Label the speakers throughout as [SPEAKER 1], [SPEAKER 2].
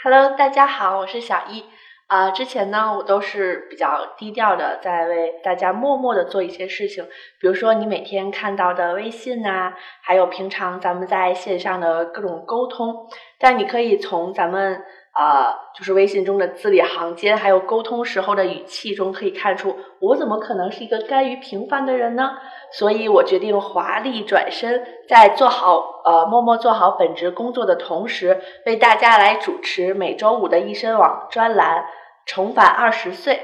[SPEAKER 1] Hello， 大家好，我是小易。之前呢，我都是比较低调的，在为大家默默的做一些事情，比如说你每天看到的微信啊，还有平常咱们在线上的各种沟通。但你可以从咱们就是微信中的字里行间，还有沟通时候的语气中，可以看出我怎么可能是一个甘于平凡的人呢？所以我决定华丽转身，在默默做好本职工作的同时，为大家来主持每周五的一身网专栏重返20岁。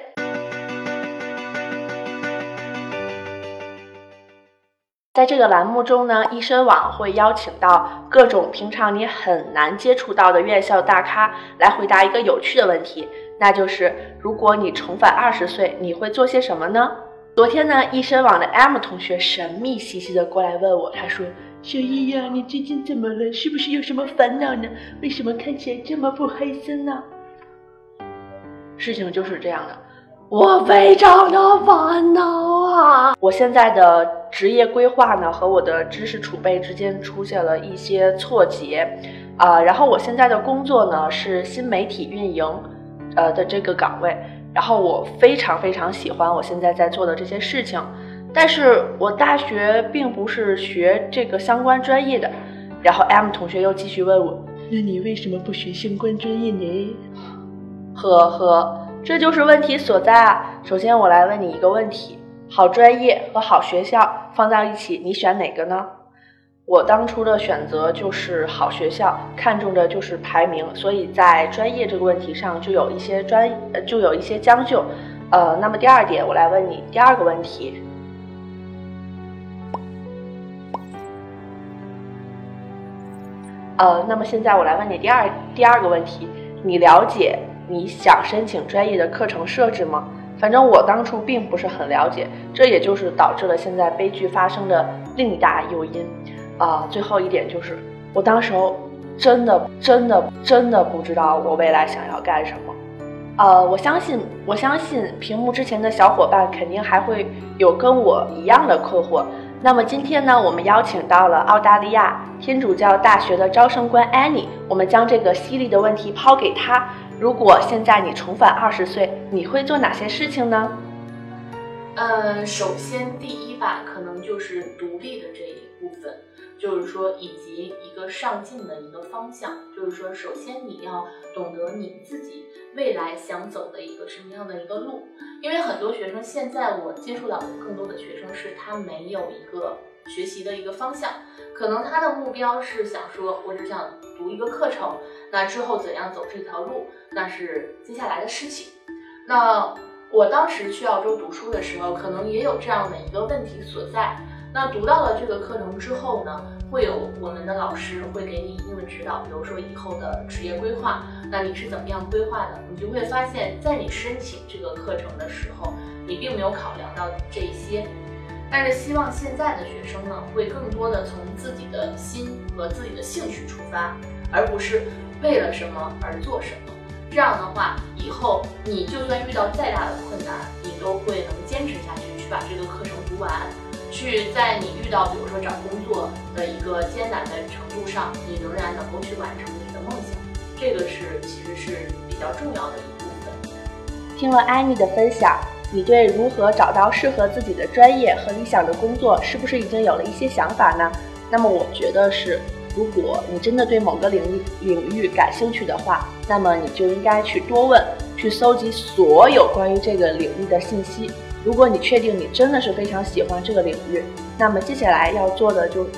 [SPEAKER 1] 在这个栏目中呢，一身网会邀请到各种平常你很难接触到的院校大咖来回答一个有趣的问题，那就是如果你重返20岁，你会做些什么呢？昨天呢，一身网的 M 同学神秘兮兮的过来问我，他说：小易呀，你最近怎么了？是不是有什么烦恼呢？为什么看起来这么不黑森呢？事情就是这样的，我非常的烦恼啊！我现在的职业规划呢和我的知识储备之间出现了一些错节，然后我现在的工作呢是新媒体运营的这个岗位，然后我非常非常喜欢我现在在做的这些事情，但是我大学并不是学这个相关专业的。然后 M 同学又继续问我，那你为什么不学相关专业呢？呵呵，这就是问题所在啊。首先我来问你一个问题，好专业和好学校放在一起，你选哪个呢？我当初的选择就是好学校，看重的就是排名，所以在专业这个问题上就有一些将就。那么第二点，我来问你第二个问题。那么现在我来问你第二个问题，你了解你想申请专业的课程设置吗？反正我当初并不是很了解，这也就是导致了现在悲剧发生的另一大诱因。最后一点就是，我当时候真的不知道我未来想要干什么。我相信屏幕之前的小伙伴肯定还会有跟我一样的困惑。那么今天呢，我们邀请到了澳大利亚天主教大学的招生官 Annie， 我们将这个犀利的问题抛给她。如果现在你重返20岁，你会做哪些事情呢？
[SPEAKER 2] 首先第一吧，可能就是独立的这一部分，就是说以及一个上进的一个方向，就是说首先你要懂得你自己未来想走的一个什么样的一个路，因为很多学生现在我接触到的更多的学生是他没有一个学习的一个方向，可能他的目标是想说我只想读一个课程，那之后怎样走这条路那是接下来的事情。那我当时去澳洲读书的时候可能也有这样的一个问题所在，那读到了这个课程之后呢，会有我们的老师会给你一定的指导，比如说以后的职业规划，那你是怎么样规划的，你就会发现在你申请这个课程的时候你并没有考量到这些。但是希望现在的学生呢，会更多的从自己的心和自己的兴趣出发，而不是为了什么而做什么。这样的话，以后你就算遇到再大的困难，你都会能坚持下去，去把这个课程读完，去在你遇到比如说找工作的一个艰难的程度上，你仍然能够去完成你的梦想。这个其实是比较重要的一部分。
[SPEAKER 1] 听了安妮的分享，你对如何找到适合自己的专业和理想的工作是不是已经有了一些想法呢？那么我觉得是，如果你真的对某个领域感兴趣的话，那么你就应该去多问，去搜集所有关于这个领域的信息。如果你确定你真的是非常喜欢这个领域，那么接下来要做的就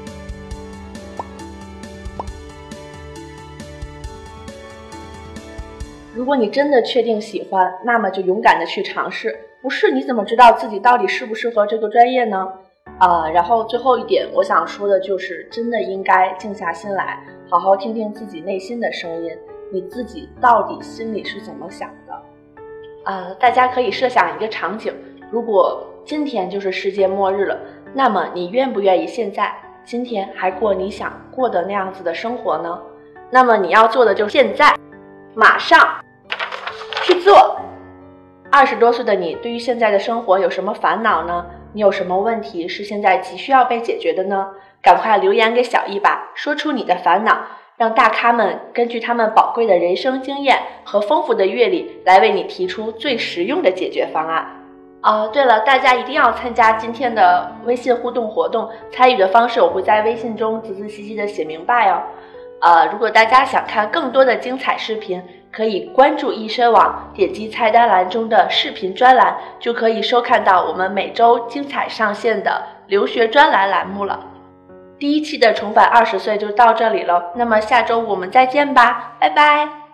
[SPEAKER 1] 如果你真的确定喜欢，那么就勇敢的去尝试。不是你怎么知道自己到底适不适合这个专业呢？然后最后一点我想说的就是，真的应该静下心来，好好听听自己内心的声音，你自己到底心里是怎么想的。大家可以设想一个场景，如果今天就是世界末日了，那么你愿不愿意今天还过你想过的那样子的生活呢？那么你要做的就是现在马上去做。20多岁的你对于现在的生活有什么烦恼呢？你有什么问题是现在急需要被解决的呢？赶快留言给小易吧，说出你的烦恼， 让大咖们根据他们宝贵的人生经验和丰富的阅历来为你提出最实用的解决方案。对了，大家一定要参加今天的微信互动活动，参与的方式我会在微信中仔仔细细的写明白哦。如果大家想看更多的精彩视频，可以关注易深网，点击菜单栏中的视频专栏，就可以收看到我们每周精彩上线的留学专栏栏目了。第一期的重返20岁就到这里了，那么下周我们再见吧，拜拜。